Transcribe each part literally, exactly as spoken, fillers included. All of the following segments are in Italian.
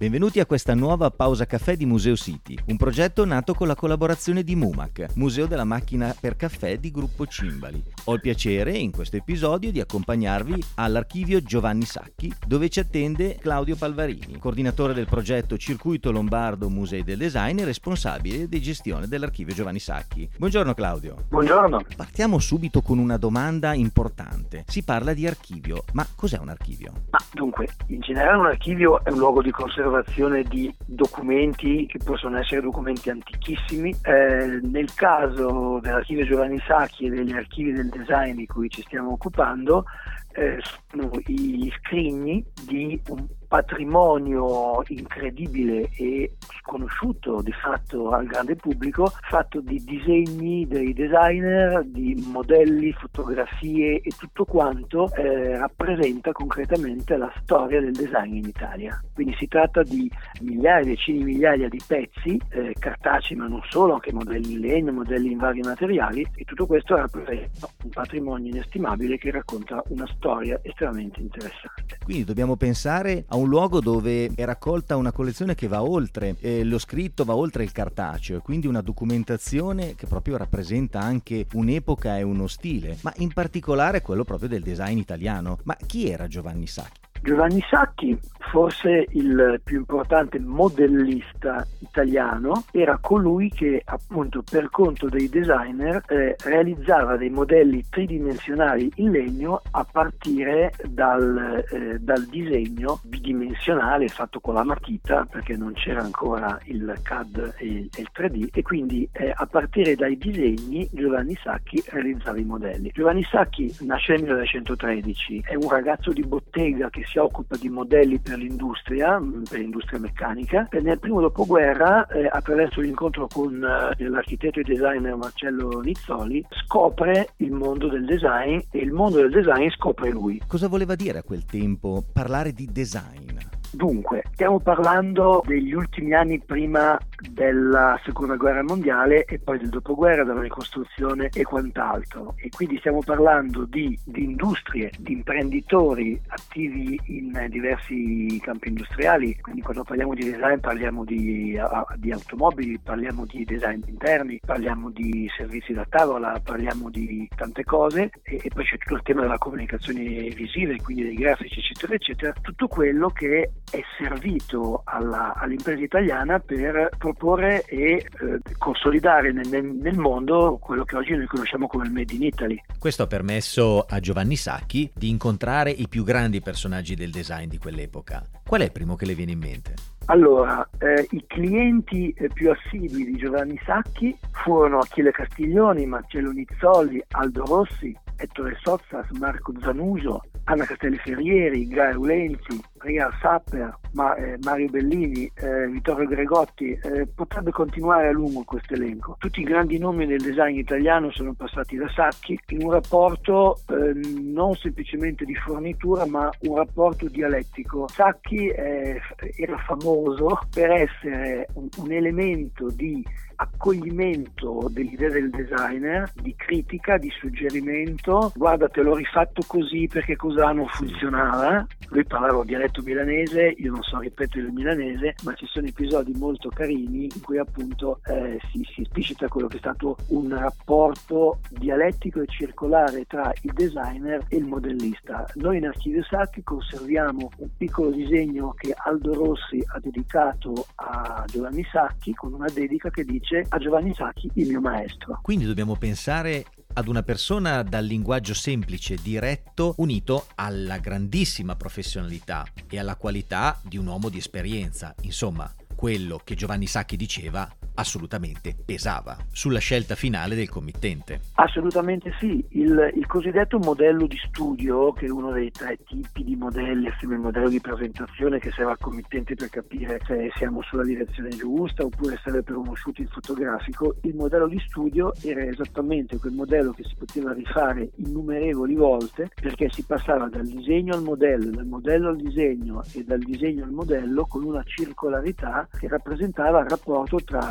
Benvenuti a questa nuova pausa caffè di Museo City, un progetto nato con la collaborazione di MUMAC, Museo della Macchina per Caffè di Gruppo Cimbali. Ho il piacere, in questo episodio, di accompagnarvi all'archivio Giovanni Sacchi, dove ci attende Claudio Palvarini, coordinatore del progetto Circuito Lombardo Musei del Design e responsabile di gestione dell'archivio Giovanni Sacchi. Buongiorno Claudio. Buongiorno. Partiamo subito con una domanda importante. Si parla di archivio, ma cos'è un archivio? Ma dunque, in generale un archivio è un luogo di conservazione di documenti che possono essere documenti antichissimi. Eh, nel caso dell'archivio Giovanni Sacchi e degli archivi del design di cui ci stiamo occupando, eh, sono gli scrigni di un patrimonio incredibile e sconosciuto di fatto al grande pubblico, fatto di disegni dei designer, di modelli, fotografie e tutto quanto eh, rappresenta concretamente la storia del design in Italia. Quindi si tratta di migliaia, decine di migliaia di pezzi, eh, cartacei ma non solo, anche modelli in legno, modelli in vari materiali, e tutto questo rappresenta un patrimonio inestimabile che racconta una storia estremamente interessante. Quindi dobbiamo pensare a un luogo dove è raccolta una collezione che va oltre eh, lo scritto, va oltre il cartaceo, e quindi una documentazione che proprio rappresenta anche un'epoca e uno stile, ma in particolare quello proprio del design italiano. Ma chi era Giovanni Sacchi? Giovanni Sacchi, forse il più importante modellista italiano, era colui che appunto per conto dei designer eh, realizzava dei modelli tridimensionali in legno a partire dal, eh, dal disegno bidimensionale fatto con la matita, perché non c'era ancora il C A D e il, e il tre D, e quindi eh, a partire dai disegni Giovanni Sacchi realizzava i modelli. Giovanni Sacchi nasce nel millenovecentotredici, è un ragazzo di bottega che si occupa di modelli per l'industria, per l'industria meccanica, e nel primo dopoguerra, eh, attraverso l'incontro con eh, l'architetto e designer Marcello Nizzoli, scopre il mondo del design e il mondo del design scopre lui. Cosa voleva dire a quel tempo parlare di design? Dunque, stiamo parlando degli ultimi anni prima della seconda guerra mondiale e poi del dopoguerra, della ricostruzione e quant'altro, e quindi stiamo parlando di, di industrie, di imprenditori attivi in diversi campi industriali. Quindi quando parliamo di design parliamo di, di automobili, parliamo di design interni, parliamo di servizi da tavola, parliamo di tante cose, e, e poi c'è tutto il tema della comunicazione visiva, quindi dei grafici eccetera eccetera, tutto quello che è servito alla, all'impresa italiana per proporre e eh, consolidare nel, nel mondo quello che oggi noi conosciamo come il Made in Italy. Questo ha permesso a Giovanni Sacchi di incontrare i più grandi personaggi del design di quell'epoca. Qual è il primo che le viene in mente? Allora, eh, i clienti eh, più assidui di Giovanni Sacchi furono Achille Castiglioni, Marcello Nizzoli, Aldo Rossi, Ettore Sozzas, Marco Zanuso, Anna Castelli Ferrieri, Gaio Lenzi, Ria Sapper, ma, eh, Mario Bellini, eh, Vittorio Gregotti. Eh, potrebbe continuare a lungo questo elenco. Tutti i grandi nomi del design italiano sono passati da Sacchi in un rapporto eh, non semplicemente di fornitura, ma un rapporto dialettico. Sacchi eh, era famoso per essere un, un elemento di accoglimento dell'idea del designer, di critica, di suggerimento. Guarda, te l'ho rifatto così perché cos'ha non funzionava. Lui parlava dialetto milanese, io non so ripetere il milanese, ma ci sono episodi molto carini in cui appunto eh, si, si esplicita quello che è stato un rapporto dialettico e circolare tra il designer e il modellista. Noi in Archivio Sacchi conserviamo un piccolo disegno che Aldo Rossi ha dedicato a Giovanni Sacchi, con una dedica che dice: a Giovanni Sacchi, il mio maestro. Quindi dobbiamo pensare ad una persona dal linguaggio semplice, diretto, unito alla grandissima professionalità e alla qualità di un uomo di esperienza. Insomma, quello che Giovanni Sacchi diceva assolutamente pesava sulla scelta finale del committente. Assolutamente sì, il, il cosiddetto modello di studio, che è uno dei tre tipi di modelli assieme al modello di presentazione che serve al committente per capire se siamo sulla direzione giusta oppure serve per uno shooting fotografico. Il modello di studio era esattamente quel modello che si poteva rifare innumerevoli volte, perché si passava dal disegno al modello, dal modello al disegno e dal disegno al modello con una circolarità che rappresentava il rapporto tra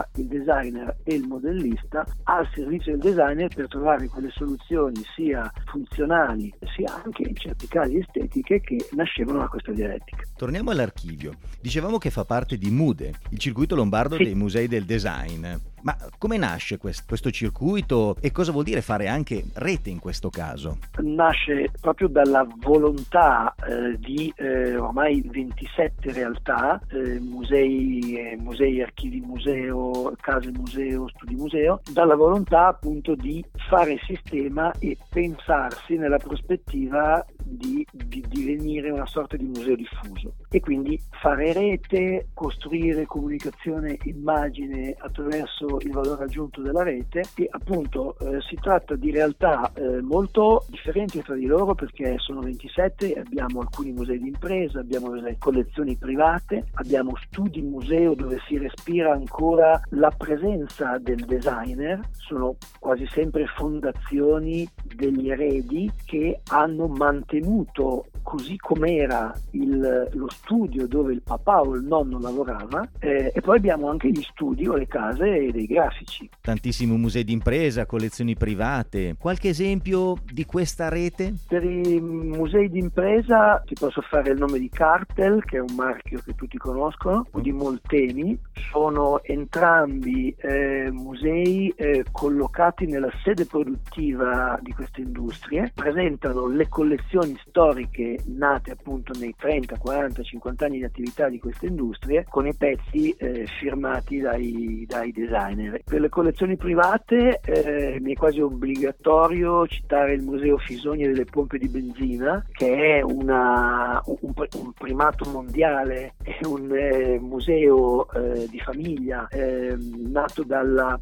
il designer e il modellista al servizio del designer per trovare quelle soluzioni sia funzionali sia anche in certi casi estetiche che nascevano da questa dialettica. Torniamo all'archivio. Dicevamo che fa parte di MUDE, il circuito lombardo sì. dei musei del design. Ma come nasce quest- questo circuito e cosa vuol dire fare anche rete in questo caso? Nasce proprio dalla volontà eh, di eh, ormai ventisette realtà, eh, musei, eh, musei, archivi museo, case museo, studi museo, dalla volontà appunto di fare sistema e pensarsi nella prospettiva di, di divenire una sorta di museo diffuso e quindi fare rete, costruire comunicazione, immagine attraverso il valore aggiunto della rete e appunto eh, si tratta di realtà eh, molto differenti tra di loro perché sono ventisette, abbiamo alcuni musei di impresa, abbiamo delle collezioni private, abbiamo studi museo dove si respira ancora la presenza del designer, sono quasi sempre fondazioni degli eredi che hanno mantenuto così com'era il, lo studio dove il papà o il nonno lavorava eh, e poi abbiamo anche gli studi o le case dei grafici. Tantissimi musei d'impresa, collezioni private. Qualche esempio di questa rete? Per i musei d'impresa ti posso fare il nome di Cartel, che è un marchio che tutti conoscono, o di Molteni. Sono entrambi eh, musei eh, collocati nella sede produttiva di queste industrie, presentano le collezioni storiche nate appunto nei trenta, quaranta, cinquanta anni di attività di queste industrie con i pezzi eh, firmati dai, dai designer. Per le collezioni private eh, mi è quasi obbligatorio citare il Museo Fisogni delle pompe di benzina, che è una, un, un primato mondiale, è un eh, museo eh, di famiglia eh, nato dalla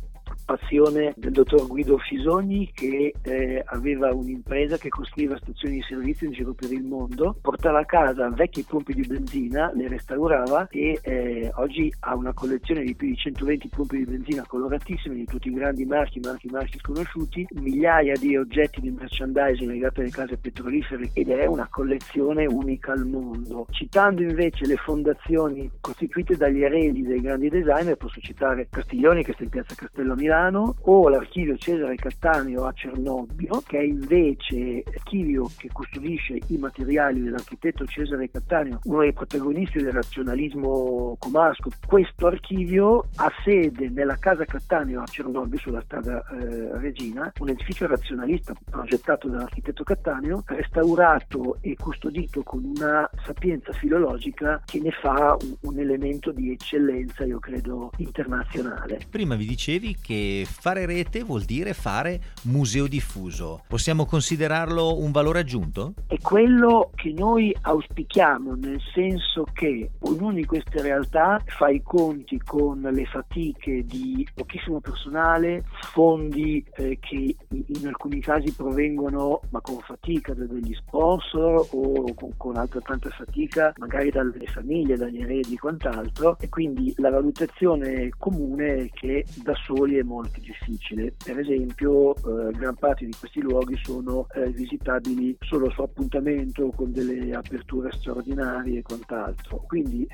passione del dottor Guido Fisogni che eh, aveva un'impresa che costruiva stazioni di servizio in giro per il mondo, portava a casa vecchie pompe di benzina, le restaurava e eh, oggi ha una collezione di più di centoventi pompe di benzina coloratissime di tutti i grandi marchi, marchi, marchi sconosciuti, migliaia di oggetti di merchandising legati alle case petrolifere ed è una collezione unica al mondo. Citando invece le fondazioni costituite dagli eredi dei grandi designer, posso citare Castiglioni che sta in piazza Castello a Milano, o l'archivio Cesare Cattaneo a Cernobbio, che è invece l'archivio che custodisce i materiali dell'architetto Cesare Cattaneo, uno dei protagonisti del razionalismo comasco. Questo archivio ha sede nella casa Cattaneo a Cernobbio, sulla strada eh, Regina, un edificio razionalista progettato dall'architetto Cattaneo, restaurato e custodito con una sapienza filologica che ne fa un, un elemento di eccellenza, io credo, internazionale. Prima vi dicevi che fare rete vuol dire fare museo diffuso. Possiamo considerarlo un valore aggiunto? È quello che noi auspichiamo, nel senso che ognuna di queste realtà fa i conti con le fatiche di pochissimo personale, fondi eh, che in alcuni casi provengono, ma con fatica, da degli sponsor o con, con altrettanta fatica magari dalle famiglie, dagli eredi e quant'altro, e quindi la valutazione comune è che da soli è molto difficile. Per esempio eh, gran parte di questi luoghi sono eh, visitabili solo su appuntamento con delle aperture straordinarie e quant'altro, quindi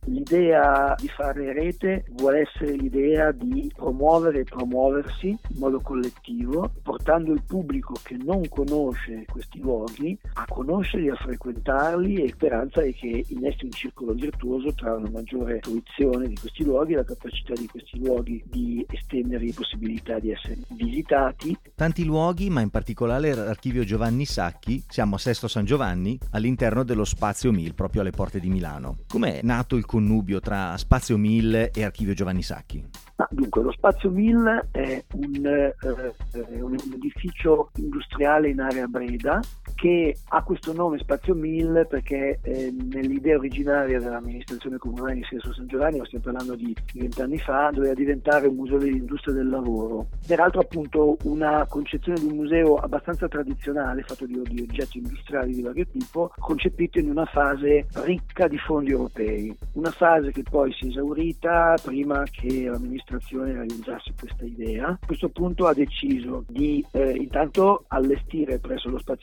l'idea di fare rete vuole essere l'idea di promuovere e promuoversi in modo collettivo, portando il pubblico che non conosce questi luoghi a conoscerli, a frequentarli, e speranza è che innesti un circolo virtuoso tra una maggiore fruizione di questi luoghi e la capacità di questi luoghi di estendere le possibilità di essere visitati. Tanti luoghi, ma in particolare l'archivio Giovanni Sacchi, siamo a Sesto San Giovanni, all'interno dello Spazio Mil, proprio alle porte di Milano. Com'è nato il connubio tra Spazio Mil e Archivio Giovanni Sacchi? Ah, dunque, lo Spazio Mil è un, eh, un edificio industriale in area Breda che ha questo nome Spazio Mil perché eh, nell'idea originaria dell'amministrazione comunale di Sesto San Giovanni, lo stiamo parlando di vent'anni fa, doveva diventare un museo dell'industria del lavoro. Peraltro appunto una concezione di un museo abbastanza tradizionale, fatto di, di oggetti industriali di vario tipo, concepito in una fase ricca di fondi europei. Una fase che poi si è esaurita prima che l'amministrazione realizzasse questa idea. A questo punto ha deciso di eh, intanto allestire presso lo Spazio Mil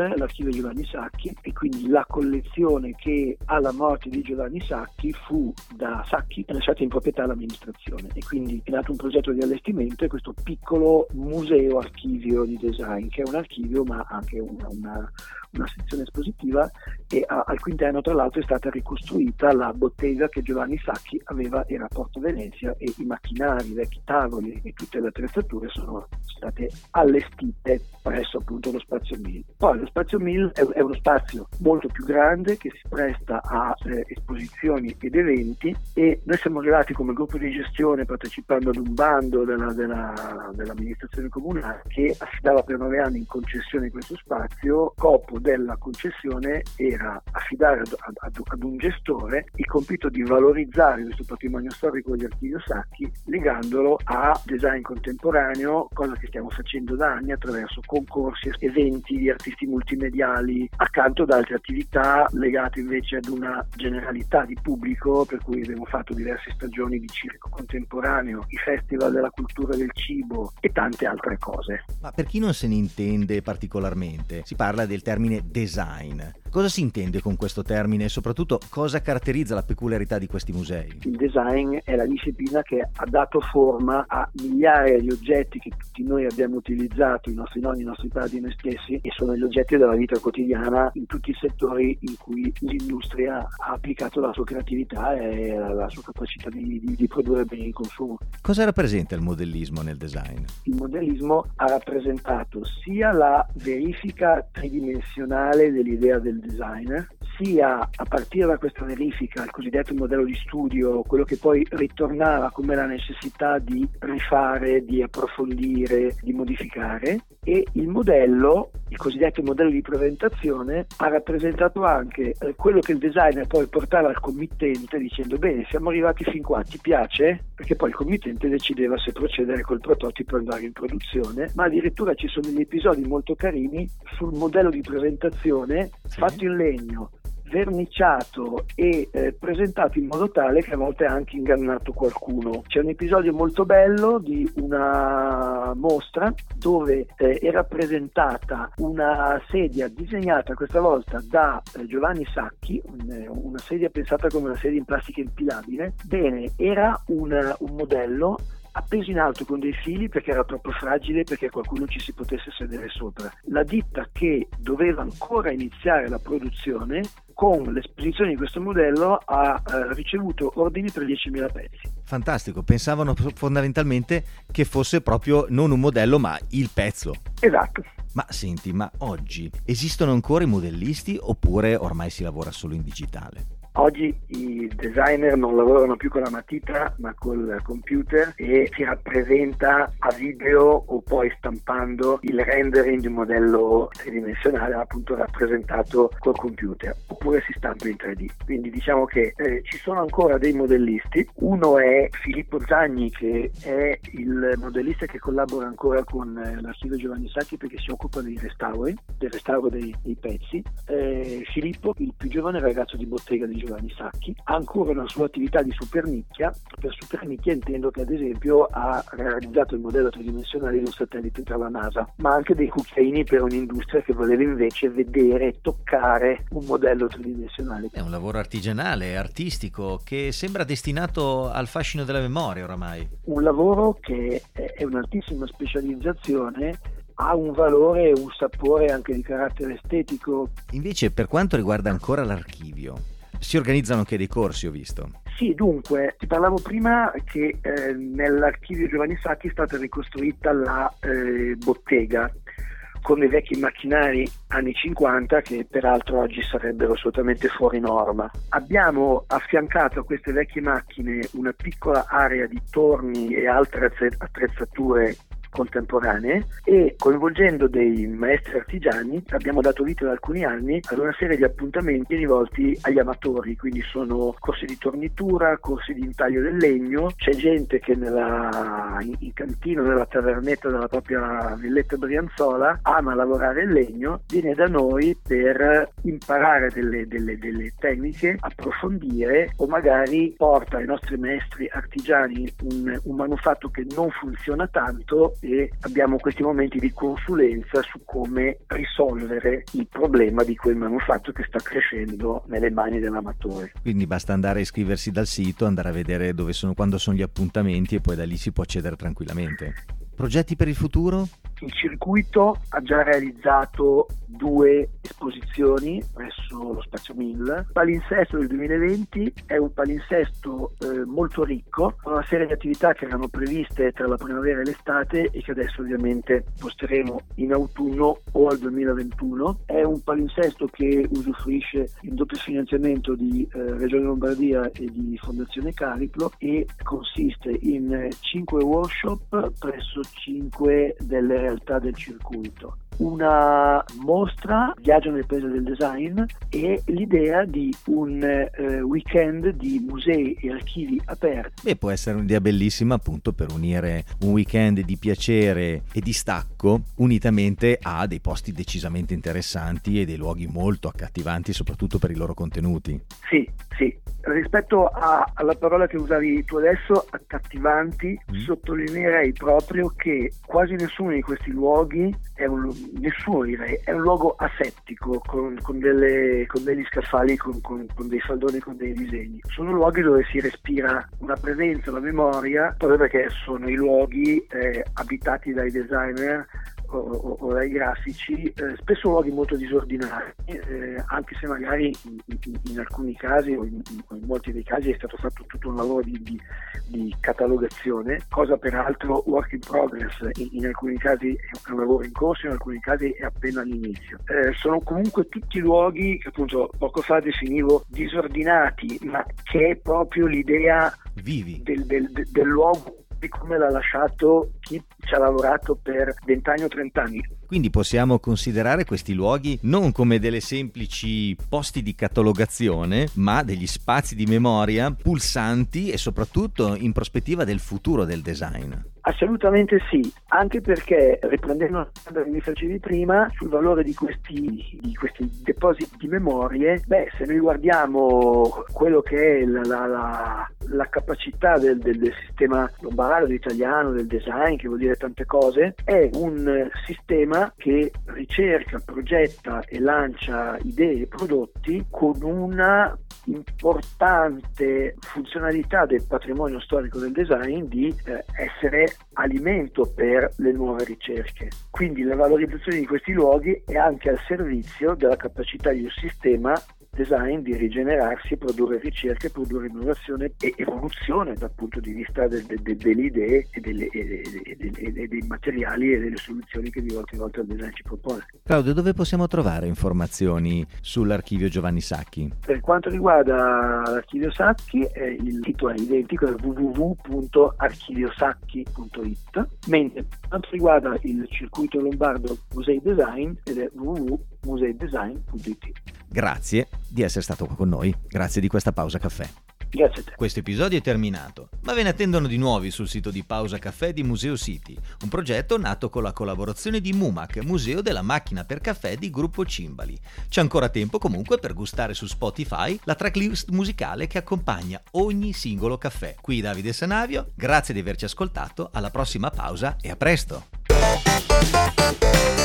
l'archivio Giovanni Sacchi, e quindi la collezione che alla morte di Giovanni Sacchi fu da Sacchi lasciata in proprietà all'amministrazione, e quindi è nato un progetto di allestimento e questo piccolo museo archivio di design, che è un archivio ma anche una, una, una sezione espositiva, e a, al cui interno tra l'altro è stata ricostruita la bottega che Giovanni Sacchi aveva in Porto Venezia, e i macchinari, i vecchi tavoli e tutte le attrezzature sono state allestite presso appunto lo Spazio Mill. Poi lo Spazio Mill è, è uno spazio molto più grande che si presta a eh, esposizioni ed eventi, e noi siamo arrivati come gruppo di gestione partecipando ad un bando della, della, dell'amministrazione comunale che affidava per nove anni in concessione questo spazio. Scopo della concessione era affidare ad, ad, ad un gestore il compito di valorizzare questo patrimonio storico degli archivio Sacchi, legandolo a design contemporaneo, cosa che stiamo facendo da anni attraverso concorsi, eventi di artisti multimediali, accanto ad altre attività legate invece ad una generalità di pubblico, per cui abbiamo fatto diverse stagioni di circo contemporaneo, i festival della cultura del cibo e tante altre cose. Ma per chi non se ne intende particolarmente, si parla del termine design. Cosa si intende con questo termine e soprattutto cosa caratterizza la peculiarità di questi musei? Il design è la disciplina che ha dato forma a migliaia di oggetti che tutti noi abbiamo utilizzato, i nostri nonni, i nostri padri, noi stessi, e sono gli oggetti della vita quotidiana in tutti i settori in cui l'industria ha applicato la sua creatività e la sua capacità di, di, di produrre beni di consumo. Cosa rappresenta il modellismo nel design? Il modellismo ha rappresentato sia la verifica tridimensionale dell'idea del design, sia a partire da questa verifica il cosiddetto modello di studio, quello che poi ritornava come la necessità di rifare, di approfondire, di modificare, e il modello, il cosiddetto modello di presentazione, ha rappresentato anche eh, quello che il designer poi portava al committente dicendo: bene, siamo arrivati fin qua, ti piace? Perché poi il committente decideva se procedere col prototipo e andare in produzione, ma addirittura ci sono degli episodi molto carini sul modello di presentazione fatto in legno, verniciato e eh, presentato in modo tale che a volte ha anche ingannato qualcuno. C'è un episodio molto bello di una mostra dove eh, è rappresentata una sedia disegnata questa volta da eh, Giovanni Sacchi, un, una sedia pensata come una sedia in plastica impilabile. Bene, era un, un modello appeso in alto con dei fili perché era troppo fragile perché qualcuno ci si potesse sedere sopra. La ditta che doveva ancora iniziare la produzione con l'esposizione di questo modello ha eh, ricevuto ordini per diecimila pezzi. Fantastico, pensavano fondamentalmente che fosse proprio non un modello ma il pezzo. Esatto. Ma senti, ma oggi esistono ancora i modellisti oppure ormai si lavora solo in digitale? Oggi i designer non lavorano più con la matita ma col computer, e si rappresenta a video o poi stampando il rendering di un modello tridimensionale appunto rappresentato col computer, oppure si stampa in tre D. Quindi diciamo che eh, ci sono ancora dei modellisti. Uno è Filippo Zagni, che è il modellista che collabora ancora con eh, l'archivio Giovanni Sacchi perché si occupa dei restauri, del restauro dei, dei pezzi. Eh, Filippo, il più giovane ragazzo di bottega di Giovanni Sacchi, ha ancora una sua attività di super nicchia. Per super nicchia intendo che ad esempio ha realizzato il modello tridimensionale di un satellite per la NASA, ma anche dei cucchiaini per un'industria che voleva invece vedere e toccare un modello tridimensionale. È un lavoro artigianale, artistico, che sembra destinato al fascino della memoria oramai. Un lavoro che è un'altissima specializzazione, ha un valore e un sapore anche di carattere estetico. Invece, per quanto riguarda ancora l'archivio, si organizzano anche dei corsi, ho visto. Sì, dunque, ti parlavo prima che eh, nell'archivio Giovanni Sacchi è stata ricostruita la eh, bottega con dei vecchi macchinari anni cinquanta che peraltro oggi sarebbero assolutamente fuori norma. Abbiamo affiancato a queste vecchie macchine una piccola area di torni e altre attrezzature contemporanee, e coinvolgendo dei maestri artigiani abbiamo dato vita da alcuni anni ad una serie di appuntamenti rivolti agli amatori, quindi sono corsi di tornitura, corsi di intaglio del legno. C'è gente che nella, in, in cantina, nella tavernetta della propria villetta Brianzola ama lavorare il legno, viene da noi per imparare delle, delle, delle tecniche, approfondire, o magari porta ai nostri maestri artigiani un, un manufatto che non funziona tanto e abbiamo questi momenti di consulenza su come risolvere il problema di quel manufatto che sta crescendo nelle mani dell'amatore. Quindi basta andare a iscriversi dal sito, andare a vedere dove sono, quando sono gli appuntamenti, e poi da lì si può accedere tranquillamente. Progetti per il futuro? Il circuito ha già realizzato due esposizioni presso lo Spazio Mil. Il palinsesto del duemilaventi è un palinsesto eh, molto ricco, con una serie di attività che erano previste tra la primavera e l'estate e che adesso ovviamente posteremo in autunno o al duemilaventuno. È un palinsesto che usufruisce in doppio finanziamento di eh, Regione Lombardia e di Fondazione Cariplo e consiste in cinque workshop presso cinque delle realtà del circuito. Una mostra, viaggio nel paese del design, e l'idea di un eh, weekend di musei e archivi aperti. Beh, può essere un'idea bellissima appunto per unire un weekend di piacere e di stacco unitamente a dei posti decisamente interessanti e dei luoghi molto accattivanti, soprattutto per i loro contenuti. Sì, sì. Rispetto a, alla parola che usavi tu adesso, accattivanti, mm. sottolineerei proprio che quasi nessuno di questi luoghi è un, nessuno direi, è un luogo asettico con, con, delle, con degli scaffali, con, con, con dei faldoni, con dei disegni. Sono luoghi dove si respira una presenza, una memoria, proprio perché sono i luoghi eh, abitati dai designer o, o, o dai grafici, eh, spesso luoghi molto disordinati, eh, anche se magari in, in, in alcuni casi o in, in molti dei casi è stato fatto tutto un lavoro di, di, di catalogazione, cosa peraltro work in progress, in, in alcuni casi è un lavoro in corso, in alcuni casi è appena all'inizio. Eh, sono comunque tutti luoghi che appunto poco fa definivo disordinati, ma che è proprio l'idea vivi del, del, del, del luogo, di come l'ha lasciato chi ci ha lavorato per vent'anni o trent'anni. Quindi possiamo considerare questi luoghi non come delle semplici posti di catalogazione, ma degli spazi di memoria pulsanti e soprattutto in prospettiva del futuro del design. Assolutamente sì, anche perché, riprendendo la domanda che mi facevi prima sul valore di questi, di questi depositi di memorie, beh, se noi guardiamo quello che è la, la, la, la capacità del, del, del sistema lombardo, italiano, del design, che vuol dire tante cose, è un sistema che ricerca, progetta e lancia idee e prodotti con una importante funzionalità del patrimonio storico del design di eh, essere alimento per le nuove ricerche. Quindi la valorizzazione di questi luoghi è anche al servizio della capacità di un sistema design di rigenerarsi, produrre ricerche, produrre innovazione e evoluzione dal punto di vista de, de, de, delle idee e, delle, e, de, e, de, e dei materiali e delle soluzioni che di volta in volta il design ci propone. Claudio, dove possiamo trovare informazioni sull'archivio Giovanni Sacchi? Per quanto riguarda l'archivio Sacchi, eh, il sito è identico, è w w w punto archiviosacchi punto i t, mentre per quanto riguarda il circuito lombardo Musei Design ed è w w w punto musei design punto i t. Grazie di essere stato qua con noi, grazie di questa pausa caffè. Grazie a te. Questo episodio è terminato, ma ve ne attendono di nuovi sul sito di Pausa Caffè di Museo City, un progetto nato con la collaborazione di Mumac, museo della macchina per caffè di Gruppo Cimbali. C'è ancora tempo comunque per gustare su Spotify la tracklist musicale che accompagna ogni singolo caffè. Qui Davide Sanavio, grazie di averci ascoltato, alla prossima pausa e a presto!